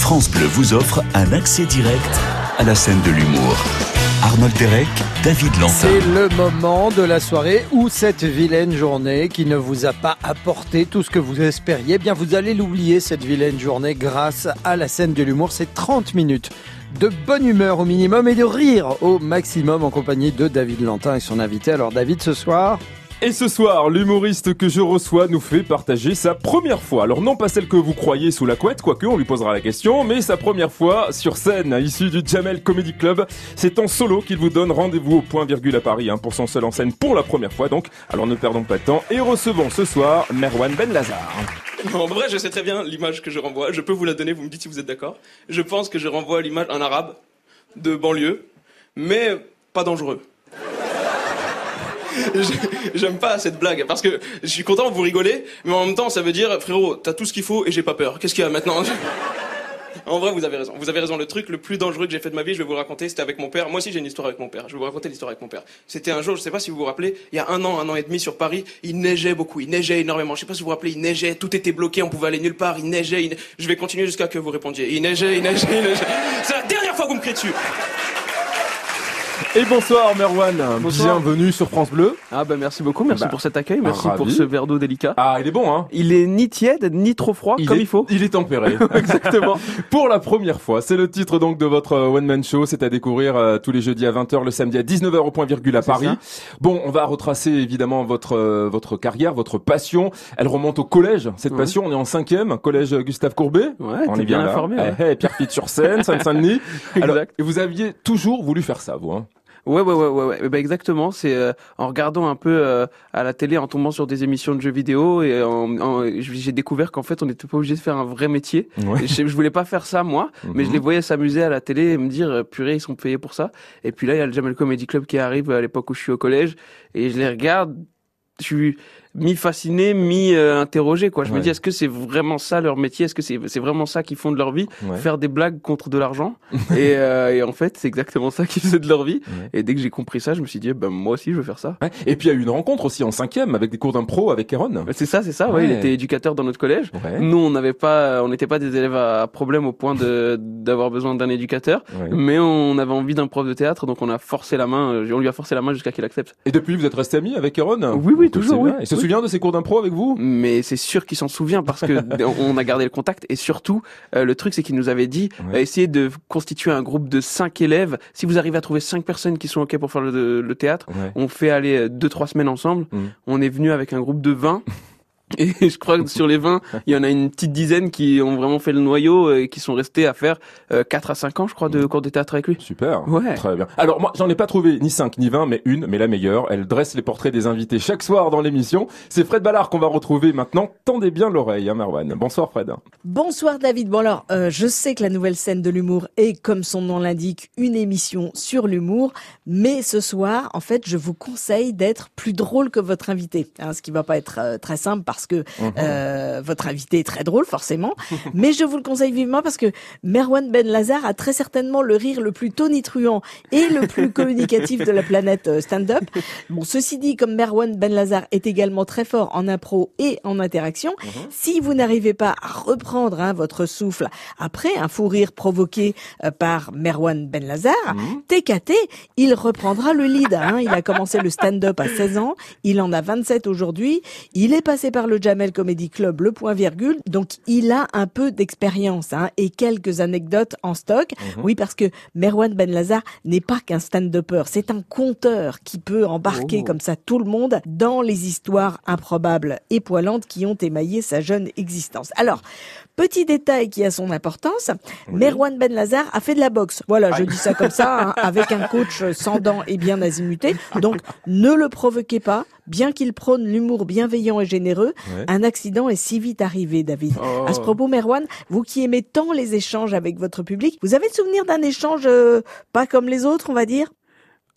France Bleu vous offre un accès direct à la scène de l'humour. Arnold Derek, David Lantin. C'est le moment de la soirée où cette vilaine journée qui ne vous a pas apporté tout ce que vous espériez, bien vous allez l'oublier cette vilaine journée grâce à la scène de l'humour. C'est 30 minutes de bonne humeur au minimum et de rire au maximum en compagnie de David Lantin et son invité. Alors David, ce soir... Et ce soir, l'humoriste que je reçois nous fait partager sa première fois. Alors non pas celle que vous croyez sous la couette, quoique on lui posera la question, mais sa première fois sur scène, issue du Jamel Comedy Club. C'est en solo qu'il vous donne rendez-vous au Point Virgule à Paris, pour son seul en scène pour la première fois donc. Alors ne perdons pas de temps et recevons ce soir Merwan Benlazar. En vrai, je sais très bien l'image que je renvoie. Je peux vous la donner, vous me dites si vous êtes d'accord. Je pense que je renvoie l'image d'un arabe de banlieue, mais pas dangereux. J'aime pas cette blague parce que je suis content, vous rigolez, mais en même temps ça veut dire frérot, t'as tout ce qu'il faut et j'ai pas peur. Qu'est-ce qu'il y a maintenant? En vrai, vous avez raison. Vous avez raison. Le truc le plus dangereux que j'ai fait de ma vie, je vais vous le raconter, c'était avec mon père. Moi aussi, j'ai une histoire avec mon père. Je vais vous raconter l'histoire avec mon père. C'était un jour, je sais pas si vous vous rappelez, il y a un an et demi sur Paris, il neigeait beaucoup, il neigeait énormément. Je sais pas si vous vous rappelez, il neigeait, tout était bloqué, on pouvait aller nulle part, il neigeait. Je vais continuer jusqu'à que vous répondiez. Il neigeait. C'est la dernière fois que vous me criez dessus. Et bonsoir Merwan, Bonsoir. Bienvenue sur France Bleu. Ah bah merci beaucoup, merci pour cet accueil, merci ravi. pour ce verre d'eau délicat. Ah, il est bon hein. Il est ni tiède, ni trop froid, il faut. Il est tempéré. Exactement. Pour la première fois, c'est le titre donc de votre one-man show, c'est à découvrir tous les jeudis à 20h, le samedi à 19h au Point Virgule à Paris. Bon, on va retracer évidemment votre carrière, votre passion. Elle remonte au collège, cette passion. On est en 5e, collège Gustave Courbet. Ouais, on t'es est bien là. informé. Ouais. Pierrefitte sur Seine, Seine-Saint-Denis. Alors, Exact. et vous aviez toujours voulu faire ça, vous hein? Ouais. Bah exactement. C'est en regardant un peu à la télé, en tombant sur des émissions de jeux vidéo et j'ai découvert qu'en fait on n'était pas obligé de faire un vrai métier. Ouais. Et je voulais pas faire ça moi, mais je les voyais s'amuser à la télé et me dire purée ils sont payés pour ça. Et puis là il y a le Jamel Comedy Club qui arrive à l'époque où je suis au collège et je les regarde. Je suis mi-fasciné, mi-interrogé, quoi. Je me dis, est-ce que c'est vraiment ça leur métier? Est-ce que c'est vraiment ça qu'ils font de leur vie? Faire des blagues contre de l'argent? et en fait, c'est exactement ça qu'ils faisaient de leur vie. Et dès que j'ai compris ça, je me suis dit, moi aussi, je veux faire ça. Ouais. Et puis, il y a eu une rencontre aussi en 5e avec des cours d'impro avec Aaron. C'est ça, ouais. Il était éducateur dans notre collège. Ouais. Nous, on n'était pas des élèves à problème au point d'avoir besoin d'un éducateur. Ouais. Mais on avait envie d'un prof de théâtre, donc on lui a forcé la main jusqu'à qu'il accepte. Et depuis, vous êtes resté amis avec Aaron? Oui, toujours, oui. Il se souvient de ses cours d'impro avec vous? Mais c'est sûr qu'il s'en souvient parce que on a gardé le contact et surtout le truc c'est qu'il nous avait dit essayez de constituer un groupe de 5 élèves. Si vous arrivez à trouver 5 personnes qui sont OK pour faire le théâtre, on fait aller 2-3 semaines ensemble. On est venu avec un groupe de 20. Et je crois que sur les 20, il y en a une petite dizaine qui ont vraiment fait le noyau et qui sont restés à faire 4 à 5 ans, je crois, de cours de théâtre avec lui. Super. Ouais. Très bien. Alors, moi, j'en ai pas trouvé ni 5 ni 20, mais une, mais la meilleure. Elle dresse les portraits des invités chaque soir dans l'émission. C'est Fred Ballard qu'on va retrouver maintenant. Tendez bien l'oreille, Merwan. Bonsoir, Fred. Bonsoir, David. Bon, alors, je sais que la nouvelle scène de l'humour est, comme son nom l'indique, une émission sur l'humour. Mais ce soir, en fait, je vous conseille d'être plus drôle que votre invité. Ce qui va pas être très simple parce que votre invité est très drôle, forcément. Mais je vous le conseille vivement parce que Merwan Benlazar a très certainement le rire le plus tonitruant et le plus communicatif de la planète stand-up. Bon, ceci dit, comme Merwan Benlazar est également très fort en impro et en interaction, si vous n'arrivez pas à reprendre votre souffle après un fou rire provoqué par Merwan Benlazar, TKT, il reprendra le lead. Il a commencé le stand-up à 16 ans, il en a 27 aujourd'hui, il est passé par le Jamel Comedy Club, le Point Virgule, donc il a un peu d'expérience et quelques anecdotes en stock. Oui, parce que Merwan Benlazar n'est pas qu'un stand-upper, c'est un conteur qui peut embarquer comme ça tout le monde dans les histoires improbables et poilantes qui ont émaillé sa jeune existence. Alors, petit détail qui a son importance, Merwan Benlazar a fait de la boxe. Voilà, je dis ça comme ça, avec un coach sans dents et bien azimuté. Donc, ne le provoquez pas, bien qu'il prône l'humour bienveillant et généreux. Un accident est si vite arrivé, David. À ce propos, Merwan, vous qui aimez tant les échanges avec votre public, vous avez le souvenir d'un échange pas comme les autres, on va dire?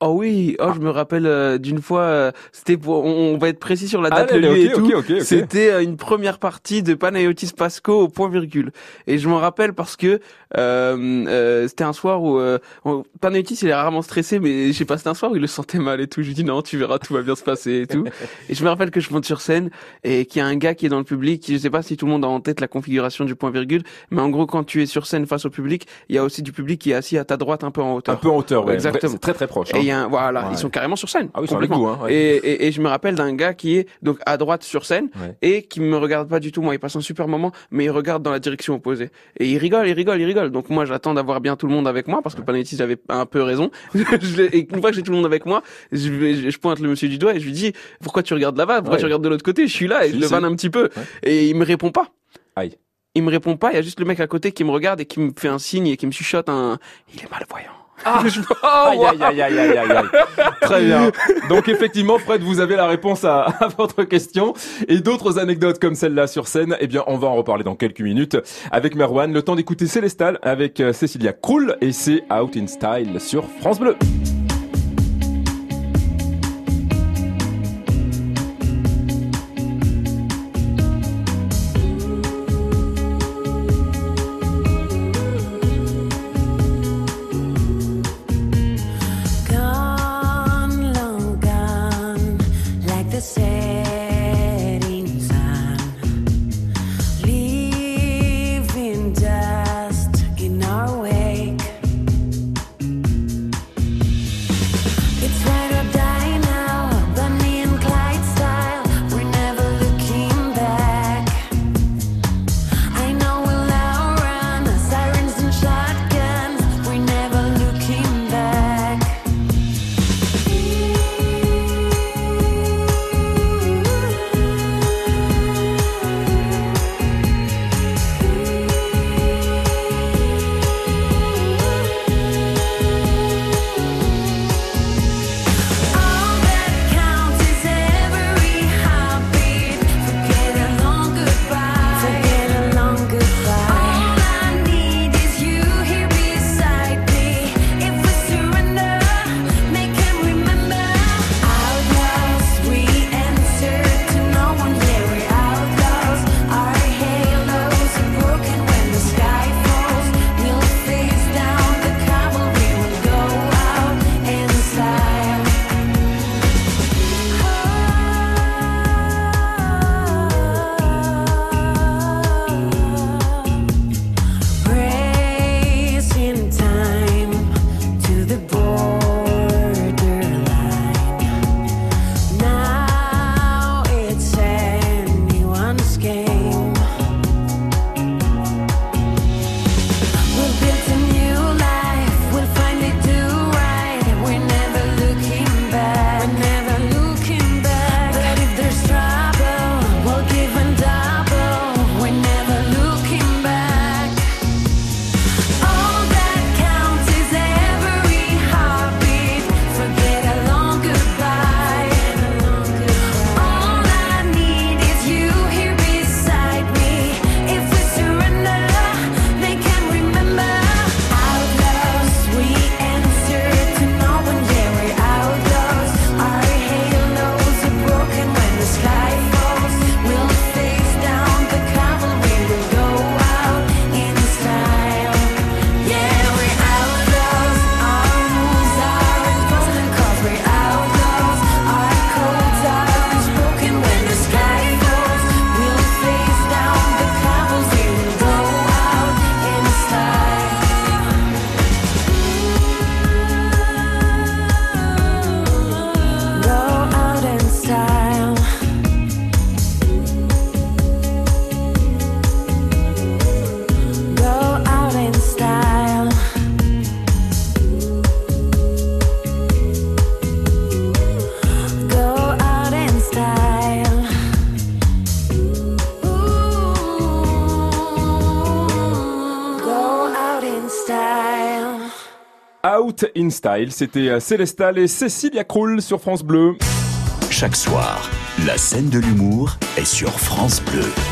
Oh oui, je me rappelle d'une fois, c'était pour, on va être précis sur la date, le lieu et tout. Okay. C'était une première partie de Panayotis Pasco au point virgule. Et je m'en rappelle parce que c'était un soir où Panayotis il est rarement stressé, mais je sais pas, c'était un soir où il le sentait mal et tout. Je lui dis non, tu verras, tout va bien se passer et tout. Et je me rappelle que je monte sur scène et qu'il y a un gars qui est dans le public. Je sais pas si tout le monde a en tête la configuration du point virgule, mais en gros quand tu es sur scène face au public, il y a aussi du public qui est assis à ta droite un peu en hauteur. Un peu en hauteur, ouais. Exactement. C'est très très proche. Et ils sont carrément sur scène. Ah oui, complètement. Coup, et je me rappelle d'un gars qui est donc à droite sur scène et qui me regarde pas du tout. Moi, il passe un super moment, mais il regarde dans la direction opposée. Et il rigole. Donc moi, j'attends d'avoir bien tout le monde avec moi parce que Panayotis avait un peu raison. Et une fois que j'ai tout le monde avec moi, je pointe le monsieur du doigt et je lui dis pourquoi tu regardes là-bas, pourquoi tu regardes de l'autre côté. Je suis là et je le vanne un petit peu. Et il me répond pas. Aïe. Il me répond pas, il y a juste le mec à côté qui me regarde et qui me fait un signe et qui me chuchote il est malvoyant. Aïe. Très bien. Donc effectivement, Fred, vous avez la réponse à votre question. Et d'autres anecdotes comme celle-là sur scène, eh bien, on va en reparler dans quelques minutes avec Merwan. Le temps d'écouter Célestal avec Cécilia Krull et c'est Out in Style sur France Bleu. Out in Style, c'était Célestal et Cécilia Krull sur France Bleu. Chaque soir, la scène de l'humour est sur France Bleu.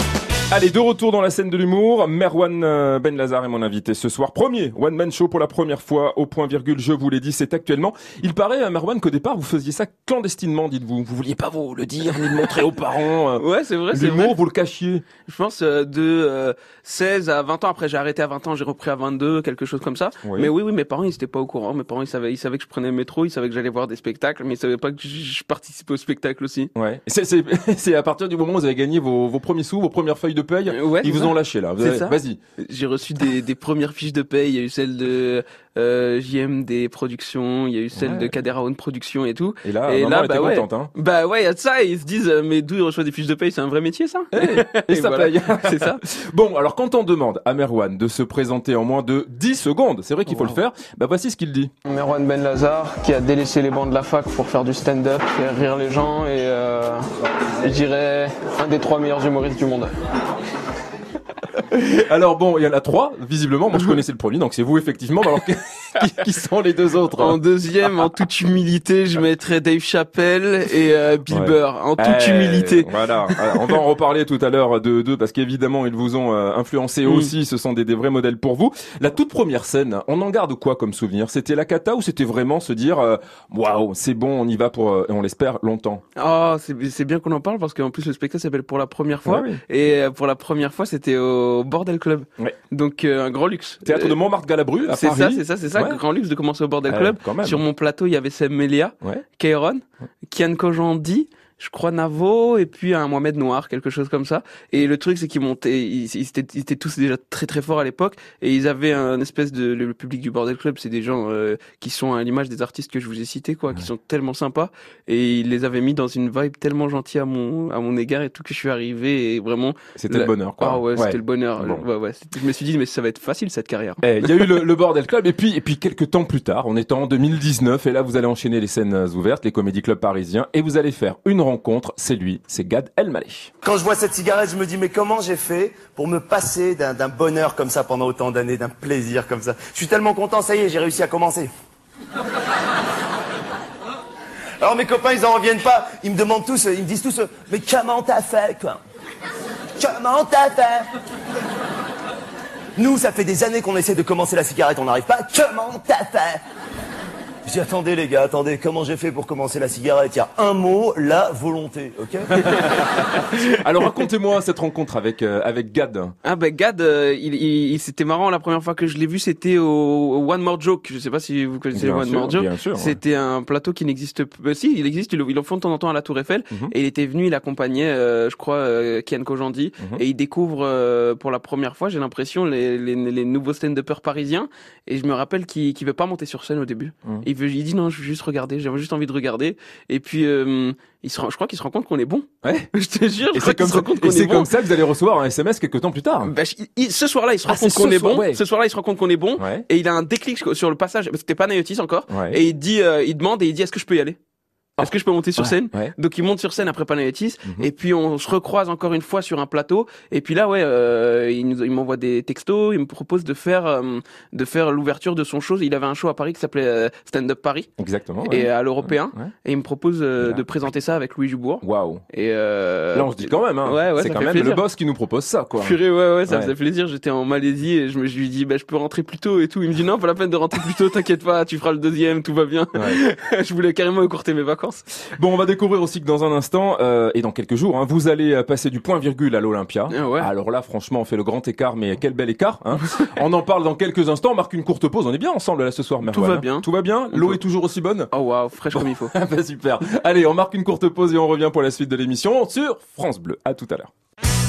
Allez, de retour dans la scène de l'humour, Merwan Benlazar est mon invité ce soir. Premier One Man Show pour la première fois au point virgule, je vous l'ai dit, c'est actuellement. Il paraît, Merwan, qu'au départ, vous faisiez ça clandestinement, dites-vous. Vous vouliez pas vous le dire, ni le montrer aux parents. Ouais, c'est vrai, c'est l'humour, vrai. vous le cachiez. Je pense de 16 à 20 ans. Après, j'ai arrêté à 20 ans, j'ai repris à 22, quelque chose comme ça. Oui. Mais oui, mes parents, ils étaient pas au courant. Mes parents, ils savaient que je prenais le métro, ils savaient que j'allais voir des spectacles, mais ils savaient pas que je participais au spectacle aussi. Ouais. C'est à partir du moment où vous avez gagné vos premiers sous, vos premières feuilles de paye. Ouais, Ils vous ont lâché là. C'est ça. Vas-y. J'ai reçu des premières fiches de paye. Il y a eu celle de JMD Productions, il y a eu celle de Kader Aoun Productions et tout. Et là, Et maman là, était contente, hein. Bah ouais, il y a de ça. Et ils se disent, mais d'où ils reçoivent des fiches de paye? C'est un vrai métier, ça? Et ça voilà. paye. C'est ça. Bon, alors quand on demande à Merwan de se présenter en moins de 10 secondes, c'est vrai qu'il faut le faire, bah voici ce qu'il dit. Merwan Benlazar, qui a délaissé les bancs de la fac pour faire du stand-up, faire rire les gens et je dirais un des 3 meilleurs humoristes du monde. Alors bon, il y en a 3, visiblement. Moi, je connaissais le premier, donc c'est vous, effectivement. Alors, qui sont les deux autres? En deuxième, en toute humilité, je mettrais Dave Chappelle et Bill Burr. En toute humilité. Voilà. On va en reparler tout à l'heure de parce qu'évidemment, ils vous ont influencé aussi. Ce sont des vrais modèles pour vous. La toute première scène, on en garde quoi comme souvenir? C'était la cata ou c'était vraiment se dire, waouh, c'est bon, on y va pour, et on l'espère, longtemps? Oh, c'est bien qu'on en parle parce qu'en plus, le spectacle s'appelle Pour la première fois. Ouais, oui. Et pour la première fois, c'était au Bordel Club. Ouais. Donc, un grand luxe. Théâtre de Montmartre-Galabru, à Paris. C'est ça, Ouais. grand luxe de commencer au Bordel Club. Quand même. Sur mon plateau, il y avait Sam Melia, Ouais. Kairon, Kian Kojandi, je crois Navo, et puis un Mohamed Noir, quelque chose comme ça. Et le truc, c'est qu'ils montaient, ils étaient tous déjà très très forts à l'époque, et ils avaient un espèce de, le public du Bordel Club, c'est des gens qui sont à l'image des artistes que je vous ai cités, quoi, qui sont tellement sympas, et ils les avaient mis dans une vibe tellement gentille à mon égard et tout, que je suis arrivé, et vraiment... C'était le bonheur, quoi. Ah ouais, c'était le bonheur. Bon. Ouais. Je me suis dit, mais ça va être facile, cette carrière. Il y a eu le Bordel Club et puis quelques temps plus tard, on est en 2019 et là vous allez enchaîner les scènes ouvertes, les comédie clubs parisiens et vous allez faire une rencontre, c'est lui, c'est Gad Elmaleh. Quand je vois cette cigarette, je me dis mais comment j'ai fait pour me passer d'un bonheur comme ça pendant autant d'années, d'un plaisir comme ça. Je suis tellement content, ça y est, j'ai réussi à commencer. Alors mes copains, ils en reviennent pas, ils me demandent tous, ils me disent tous mais comment t'as fait quoi? Comment t'as fait? Nous, ça fait des années qu'on essaie de commencer la cigarette, on n'arrive pas. Comment t'as fait? Je dis attendez les gars, attendez, comment j'ai fait pour commencer la cigarette? Il y a un mot, la volonté, ok? Alors racontez-moi cette rencontre avec Gad. Ah ben Gad, c'était marrant, la première fois que je l'ai vu, c'était au One More Joke. Je sais pas si vous connaissez le One More Joke. Bien sûr. C'était un plateau qui n'existe plus. Si, il existe, ils le font de temps en temps à la Tour Eiffel. Et il était venu, il accompagnait, je crois, Kian Kojandi. Et il découvre pour la première fois, j'ai l'impression, les nouveaux stand-uppers parisiens. Et je me rappelle qu'il veut pas monter sur scène au début. Il dit non, je veux juste regarder, j'avais juste envie de regarder. Et puis je crois qu'il se rend compte qu'on est bon. Ouais. Je te jure, Et c'est comme ça que vous allez recevoir un SMS quelques temps plus tard. Bah, ce soir-là, il se rend compte qu'on est bon. Ouais. Ce soir-là, il se rend compte qu'on est bon. Ouais. Et il a un déclic sur le passage. Parce que c'était pas Nayotis encore. Ouais. Et il demande est-ce que je peux y aller? Est-ce que je peux monter sur scène? Ouais. Donc il monte sur scène après Panayotis et puis on se recroise encore une fois sur un plateau et puis là il m'envoie des textos, il me propose de faire l'ouverture de son show. Il avait un show à Paris qui s'appelait Stand Up Paris. Exactement. Et à l'Européen Ouais. et il me propose de présenter ça avec Louis Dubourg. Waouh. Et Là on se dit quand même hein. Ouais, c'est ça quand fait même plaisir. le boss qui nous propose ça quoi. Purée, ouais, ça Ouais. faisait plaisir. J'étais en Malaisie et je lui dis, je peux rentrer plus tôt et tout. Il me dit, non, pas la peine de rentrer plus tôt, t'inquiète pas, tu feras le deuxième, tout va bien. Ouais. Je voulais carrément écourter mes vacances. Bon, on va découvrir aussi que dans un instant et dans quelques jours, hein, vous allez passer du point virgule à l'Olympia. Ah ouais. Alors là, franchement, on fait le grand écart, mais quel bel écart. Hein. On en parle dans quelques instants. On marque une courte pause. On est bien ensemble là ce soir, Merwan. Tout va bien. Tout va bien. L'eau est toujours aussi bonne. Oh waouh, fraîche comme il faut. Ah bah super. Allez, on marque une courte pause et on revient pour la suite de l'émission sur France Bleu. À tout à l'heure.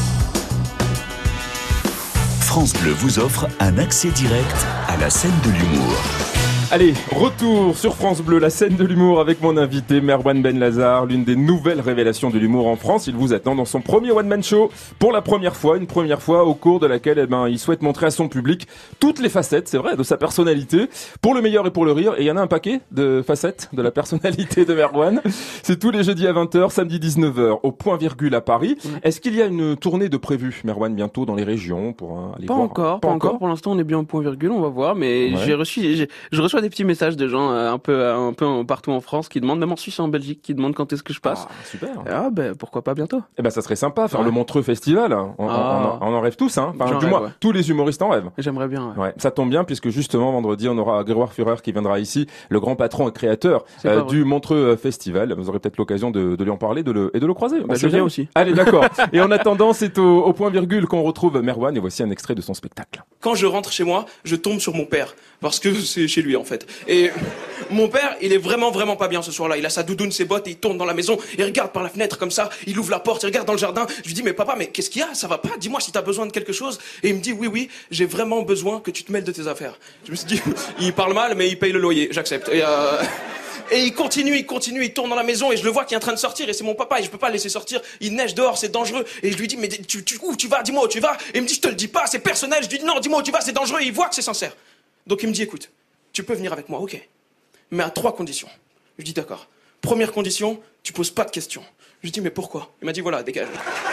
France Bleu vous offre un accès direct à la scène de l'humour. Allez, retour sur France Bleu, la scène de l'humour avec mon invité Merwan Benlazar, l'une des nouvelles révélations de l'humour en France. Il vous attend dans son premier one-man show pour la première fois, une première fois au cours de laquelle il souhaite montrer à son public toutes les facettes, c'est vrai, de sa personnalité, pour le meilleur et pour le rire. Et il y en a un paquet de facettes de la personnalité de Merwan. C'est tous les jeudis à 20h, samedi 19h au point virgule à Paris. Est-ce qu'il y a une tournée de prévue, Merwan, bientôt dans les régions pour aller Pas voir encore. Pour l'instant, on est bien au point virgule, on va voir. Mais Ouais. je reçois reçois des petits messages de gens un peu partout en France qui demandent, même en Suisse et en Belgique, qui demandent quand est-ce que je passe. Ah, super. Pourquoi pas bientôt. Eh ben, ça serait sympa, faire le Montreux Festival. On en rêve tous, hein. Enfin, du moins, tous les humoristes en rêvent. J'aimerais bien. Ouais, ça tombe bien puisque justement vendredi on aura Grégoire Führer qui viendra ici, le grand patron et créateur du Montreux Festival. Vous aurez peut-être l'occasion de lui en parler et de le croiser. Je viens aussi. Allez, d'accord. Et en attendant, c'est au point virgule qu'on retrouve Merwan et voici un extrait de son spectacle. Quand je rentre chez moi, je tombe sur mon père parce que c'est chez lui en fait. Et mon père, il est vraiment pas bien ce soir-là. Il a sa doudoune, ses bottes, et il tourne dans la maison, il regarde par la fenêtre comme ça, il ouvre la porte, il regarde dans le jardin. Je lui dis mais papa, mais qu'est-ce qu'il y a? Ça va pas? Dis-moi si t'as besoin de quelque chose. Et il me dit oui, j'ai vraiment besoin que tu te mêles de tes affaires. Je me suis dit il parle mal mais il paye le loyer, j'accepte. Et il continue, il tourne dans la maison et je le vois qui est en train de sortir et c'est mon papa et je peux pas le laisser sortir. Il neige dehors, c'est dangereux. Et je lui dis mais où tu vas? Dis-moi où tu vas. Et il me dit je te le dis pas, c'est personnel. Je lui dis non, dis-moi où tu vas, c'est dangereux. Et il voit que c'est sincère. Donc il me dit écoute, tu peux venir avec moi, ok, mais à 3 conditions. Je dis d'accord. Première condition, tu poses pas de questions. Je lui dis mais pourquoi? Il m'a dit voilà, dégage.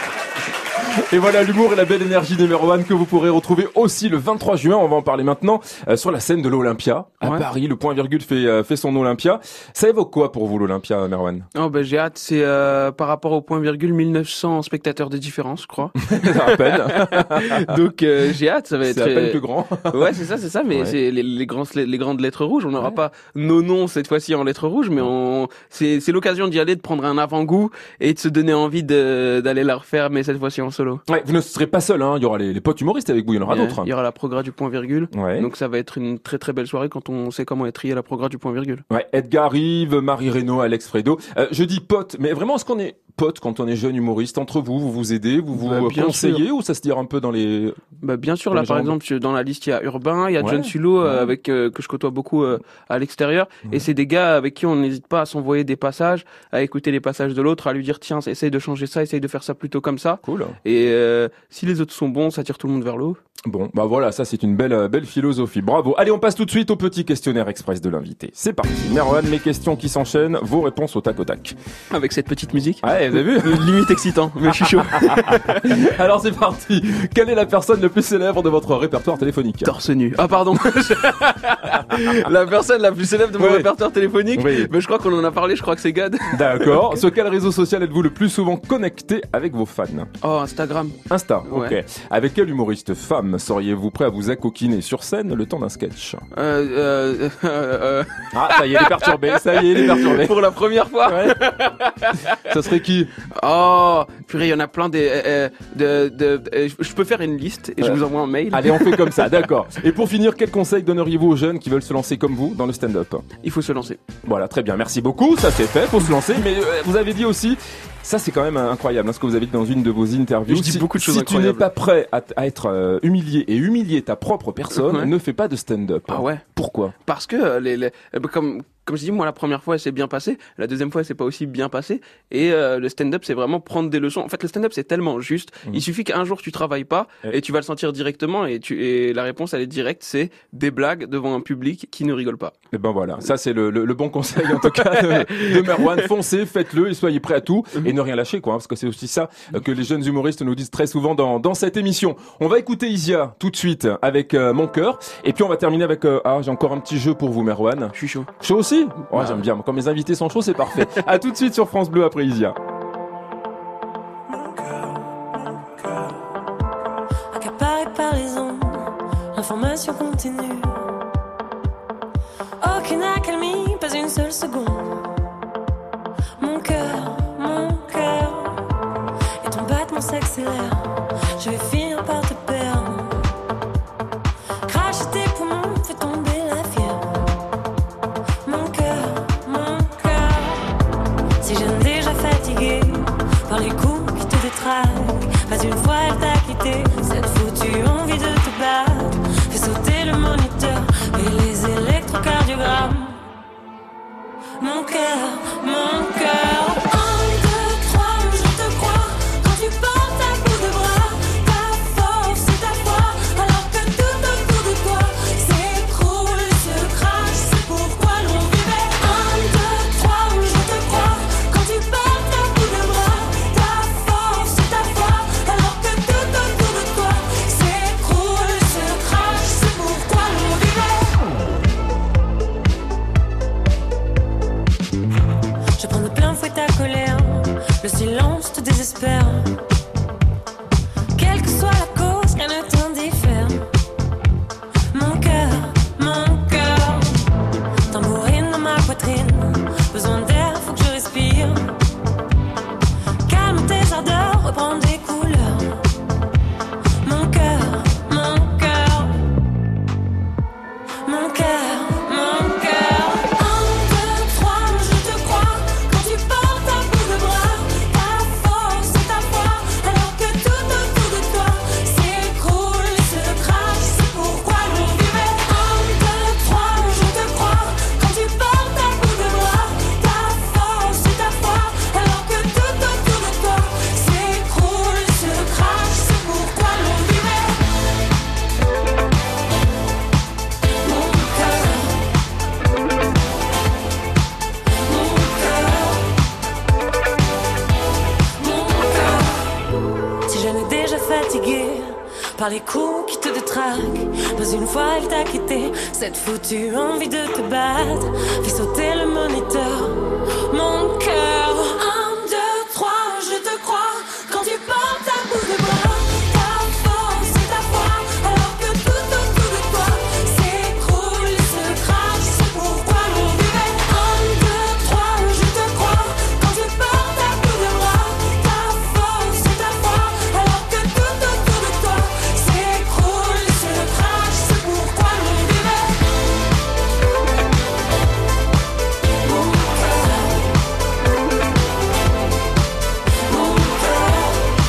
Et voilà l'humour et la belle énergie de Merwan que vous pourrez retrouver aussi le 23 juin, on va en parler maintenant, sur la scène de l'Olympia à Paris. Le point virgule fait son Olympia. Ça évoque quoi pour vous l'Olympia, Merwan? J'ai hâte, c'est par rapport au point virgule 1900 spectateurs de différence, je crois. Ça rappelle. Donc j'ai hâte, ça va être... C'est à peine plus grand. Ouais, c'est ça, mais c'est les grandes lettres rouges. On n'aura pas nos noms cette fois-ci en lettres rouges, mais c'est l'occasion d'y aller, de prendre un avant-goût et de se donner envie d'aller la refaire, mais cette fois-ci en solo. Ouais, vous ne serez pas seul, hein. Il y aura les potes humoristes avec vous, il y en aura d'autres. Il y aura la progra du point virgule. Ouais. Donc ça va être une très très belle soirée quand on sait comment est triée la progra du point virgule. Ouais, Edgar Rive, Marie Reynaud, Alex Fredo. Je dis potes, mais vraiment est-ce qu'on est potes quand on est jeune humoriste entre vous? Vous vous aidez, vous vous conseillez ou ça se tire un peu dans les... Bien sûr, là par exemple dans la liste il y a Urbain, il y a John Sullo avec que je côtoie beaucoup à l'extérieur et c'est des gars avec qui on n'hésite pas à s'envoyer des passages, à écouter les passages de l'autre, à lui dire tiens, essaye de changer ça, essaye de faire ça plutôt comme ça. Cool. Et si les autres sont bons, ça tire tout le monde vers le haut. Bon, voilà, ça c'est une belle philosophie. Bravo. Allez, on passe tout de suite au petit questionnaire express de l'invité. C'est parti. Merwan, mes questions qui s'enchaînent, vos réponses au tac au tac. Avec cette petite musique. Ouais, vous avez vu? Limite excitant, mais je suis chaud. Alors c'est parti. Quelle est la personne la plus célèbre de votre répertoire téléphonique? Torse nu. Ah pardon. La personne la plus célèbre de mon répertoire téléphonique. Oui. Mais je crois qu'on en a parlé, je crois que c'est Gad. D'accord. Sur quel réseau social êtes-vous le plus souvent connecté avec vos fans? Oh, Instagram. Insta, ok. Ouais. Avec quel humoriste femme seriez-vous prêt à vous accoquiner sur scène le temps d'un sketch? Ah, ça y est, il est perturbé. Pour la première fois. Ouais. Ça serait qui? Oh, purée, il y en a plein je peux faire une liste et je vous envoie un mail. Allez, on fait comme ça, d'accord. Et pour finir, quel conseil donneriez-vous aux jeunes qui veulent se lancer comme vous dans le stand-up? Il faut se lancer. Voilà, très bien, merci beaucoup, ça c'est fait, faut se lancer. Mais vous avez dit aussi, ça c'est quand même incroyable, ce que vous avez dit dans une de vos interviews. Je dis beaucoup de choses incroyables. Si tu n'es pas prêt à être humilié et humilier ta propre personne, ne fais pas de stand-up. Ah ouais. Pourquoi? Parce que comme je dis, moi la première fois c'est bien passé, la deuxième fois c'est pas aussi bien passé, et le stand-up c'est vraiment prendre des leçons. En fait le stand-up c'est tellement juste, il suffit qu'un jour tu travailles pas et tu vas le sentir directement et la réponse elle est directe, c'est des blagues devant un public qui ne rigole pas. Et ben voilà, ça c'est le bon conseil en tout cas de Merwan. Foncez, faites-le et soyez prêts à tout et ne rien lâcher parce que c'est aussi ça que les jeunes humoristes nous disent très souvent dans cette émission. On va écouter Isia tout de suite avec Mon cœur et puis on va terminer avec j'ai encore un petit jeu pour vous Merwan. Je suis chaud. Chaud aussi? Oh, j'aime bien. Quand mes invités sont chauds, c'est parfait. À tout de suite sur France Bleu après Isia. Accaparé par les ondes, l'information continue. Aucune accalmie, pas une seule seconde. Mon cœur, et ton battement s'accélère. Je vais finir par te perdre. Cracher tes poumons, fait tomber la fièvre. Si j'aime déjà fatigué par les coups qui te détraquent, pas une fois elle t'a quitté. Cette foutue envie de te battre fait sauter le moniteur. par les coups qui te détraquent. Pas une fois elle t'a quitté, cette foutue envie de te battre fait sauter le moniteur. Mon cœur, 1, 2, 3, je te crois quand tu portes à bout de bras. Ta force et ta foi, alors que tout autour de toi s'écroule, se crache, c'est pourquoi l'on vivait. 1, 2, 3, je te crois quand tu portes à bout de bras. Ta force et ta foi, alors que tout autour de toi s'écroule, se crache, c'est pourquoi l'on vivait. Mon cœur, mon cœur,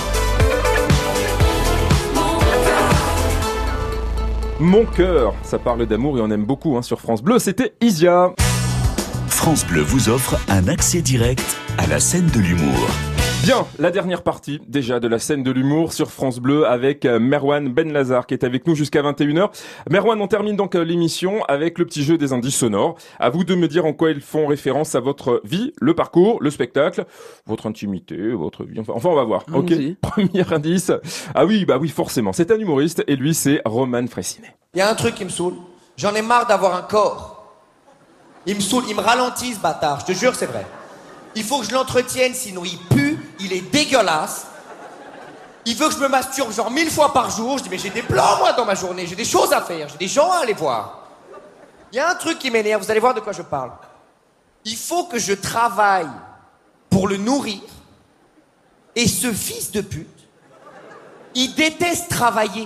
mon cœur. Mon cœur, ça parle d'amour et on aime beaucoup sur France Bleu, c'était Isia. France Bleu vous offre un accès direct à la scène de l'humour. Bien, la dernière partie déjà de la scène de l'humour sur France Bleu avec Merwan Benlazar qui est avec nous jusqu'à 21h. Merwan, on termine donc l'émission avec le petit jeu des indices sonores. À vous de me dire en quoi ils font référence à votre vie, le parcours, le spectacle, votre intimité, votre vie. Enfin, on va voir. Ok. Allons-y. Premier indice. Ah oui, bah oui, forcément. C'est un humoriste et lui, c'est Roman Frécinet. Il y a un truc qui me saoule. J'en ai marre d'avoir un corps. Il me saoule, il me ralentit ce bâtard, je te jure c'est vrai. Il faut que je l'entretienne, sinon il pue, il est dégueulasse. Il veut que je me masturbe genre 1000 fois par jour. Je dis mais j'ai des plans moi dans ma journée, j'ai des choses à faire, j'ai des gens à aller voir. Il y a un truc qui m'énerve, vous allez voir de quoi je parle. Il faut que je travaille pour le nourrir. Et ce fils de pute, il déteste travailler.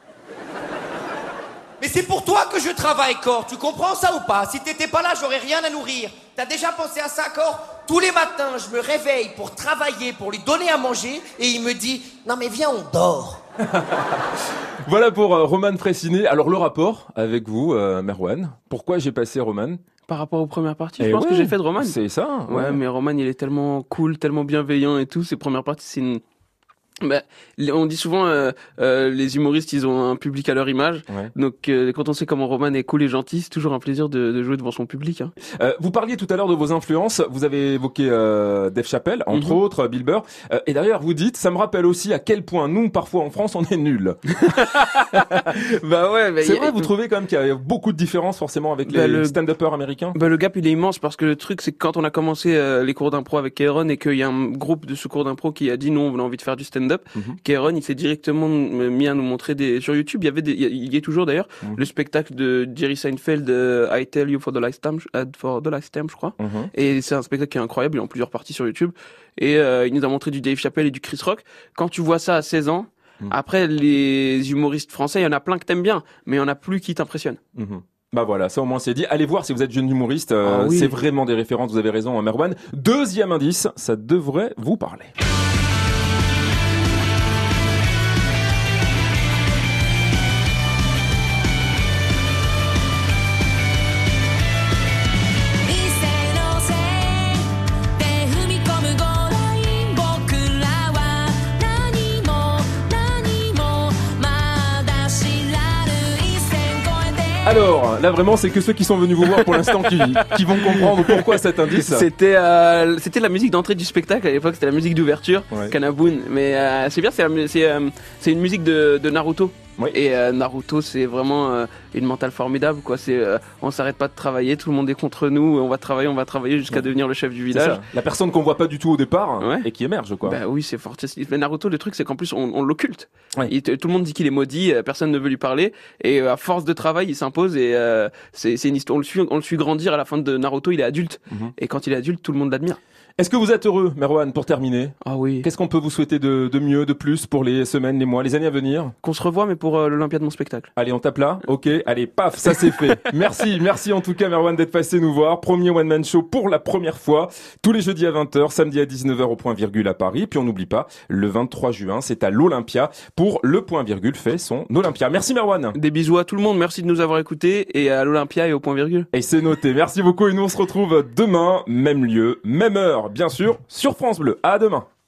Mais c'est pour toi que je travaille, Cor. Tu comprends ça ou pas? Si t'étais pas là, j'aurais rien à nourrir. T'as déjà pensé à ça, Cor? Tous les matins, je me réveille pour travailler, pour lui donner à manger, et il me dit « Non mais viens, on dort ». Voilà pour Roman Frécinet. Alors le rapport avec vous, Merwan. Pourquoi j'ai passé Roman? Par rapport aux premières parties, Eh je pense ouais, que j'ai fait de Roman. C'est ça. Ouais, mais Roman, il est tellement cool, tellement bienveillant et tout. Ses premières parties, c'est une... Bah, on dit souvent les humoristes ils ont un public à leur image, Ouais. donc quand on sait comment Roman est cool et gentil, c'est toujours un plaisir de jouer devant son public. Vous parliez tout à l'heure de vos influences. Vous avez évoqué Dave Chappelle, entre autres, Bill Burr. Et d'ailleurs, vous dites, ça me rappelle aussi à quel point nous, parfois en France, on est nuls. Bah ouais, bah, C'est vrai, vous trouvez quand même qu'il y a beaucoup de différences forcément avec Bah, les le- stand-uppers américains? Bah, le gap il est immense parce que le truc c'est que quand on a commencé les cours d'impro avec Kéron et qu'il y a un groupe de ce cours d'impro qui a dit nous on a envie de faire du stand-up, Kéron il s'est directement mis à nous montrer sur YouTube, il y avait il y est toujours d'ailleurs le spectacle de Jerry Seinfeld, I Tell You for the Last Time, je crois. Et c'est un spectacle qui est incroyable, il est en plusieurs parties sur YouTube et il nous a montré du Dave Chappelle et du Chris Rock. Quand tu vois ça à 16 ans, après les humoristes français, il y en a plein que t'aimes bien, mais il y en a plus qui t'impressionnent. Bah voilà, ça au moins c'est dit. Allez voir si vous êtes jeune humoriste, Ah oui. c'est vraiment des références, vous avez raison, Merwan. Deuxième indice, ça devrait vous parler. Alors, là vraiment, c'est que ceux qui sont venus vous voir pour l'instant qui vont comprendre pourquoi cet indice. C'était la musique d'entrée du spectacle à l'époque, c'était la musique d'ouverture, Ouais. Kanabun. Mais c'est bien, c'est une musique de Naruto. Oui. Et Naruto, c'est vraiment une mentale formidable, quoi. C'est on s'arrête pas de travailler, tout le monde est contre nous, on va travailler jusqu'à devenir le chef du C'est village. ça. La personne qu'on voit pas du tout au départ Ouais. et qui émerge, quoi. Bah oui, c'est fort. Mais Naruto, le truc, c'est qu'en plus, on l'occulte. Ouais. Tout le monde dit qu'il est maudit, personne ne veut lui parler. Et à force de travail, il s'impose. Et c'est une histoire. On le suit grandir à la fin de Naruto. Il est adulte. Et quand il est adulte, tout le monde l'admire. Est-ce que vous êtes heureux, Merwan, pour terminer? Ah oui. Qu'est-ce qu'on peut vous souhaiter de mieux, de plus pour les semaines, les mois, les années à venir? Qu'on se revoit, mais pour l'Olympia de mon spectacle. Allez, on tape là. Ok, allez, paf, ça c'est fait. Merci en tout cas, Merwan, d'être passé nous voir. Premier One Man Show pour la première fois. Tous les jeudis à 20h, samedi à 19h au Point Virgule à Paris. Puis on n'oublie pas, le 23 juin, c'est à l'Olympia pour le Point Virgule fait son Olympia. Merci Merwan. Des bisous à tout le monde. Merci de nous avoir écoutés. Et à l'Olympia et au Point Virgule. Et c'est noté. Merci beaucoup et nous on se retrouve demain, même lieu, même heure, bien sûr, sur France Bleu. À demain.